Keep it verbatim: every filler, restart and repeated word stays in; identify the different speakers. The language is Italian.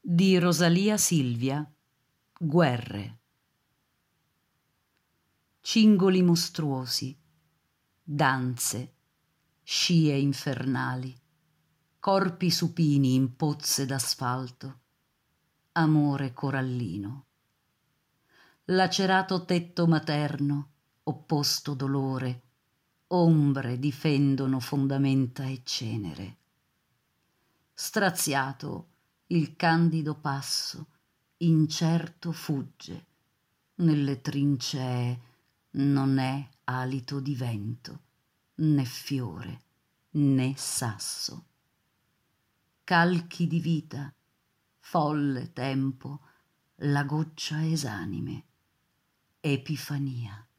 Speaker 1: Di Rosalia Silvia. Guerre. Cingoli mostruosi, danze, scie infernali, corpi supini in pozze d'asfalto, amore corallino. Lacerato tetto materno, opposto dolore, ombre difendono fondamenta e cenere. Straziato il candido passo, incerto fugge, nelle trincee non è alito di vento, né fiore, né sasso. Calchi di vita, folle tempo, la goccia esanime, epifania.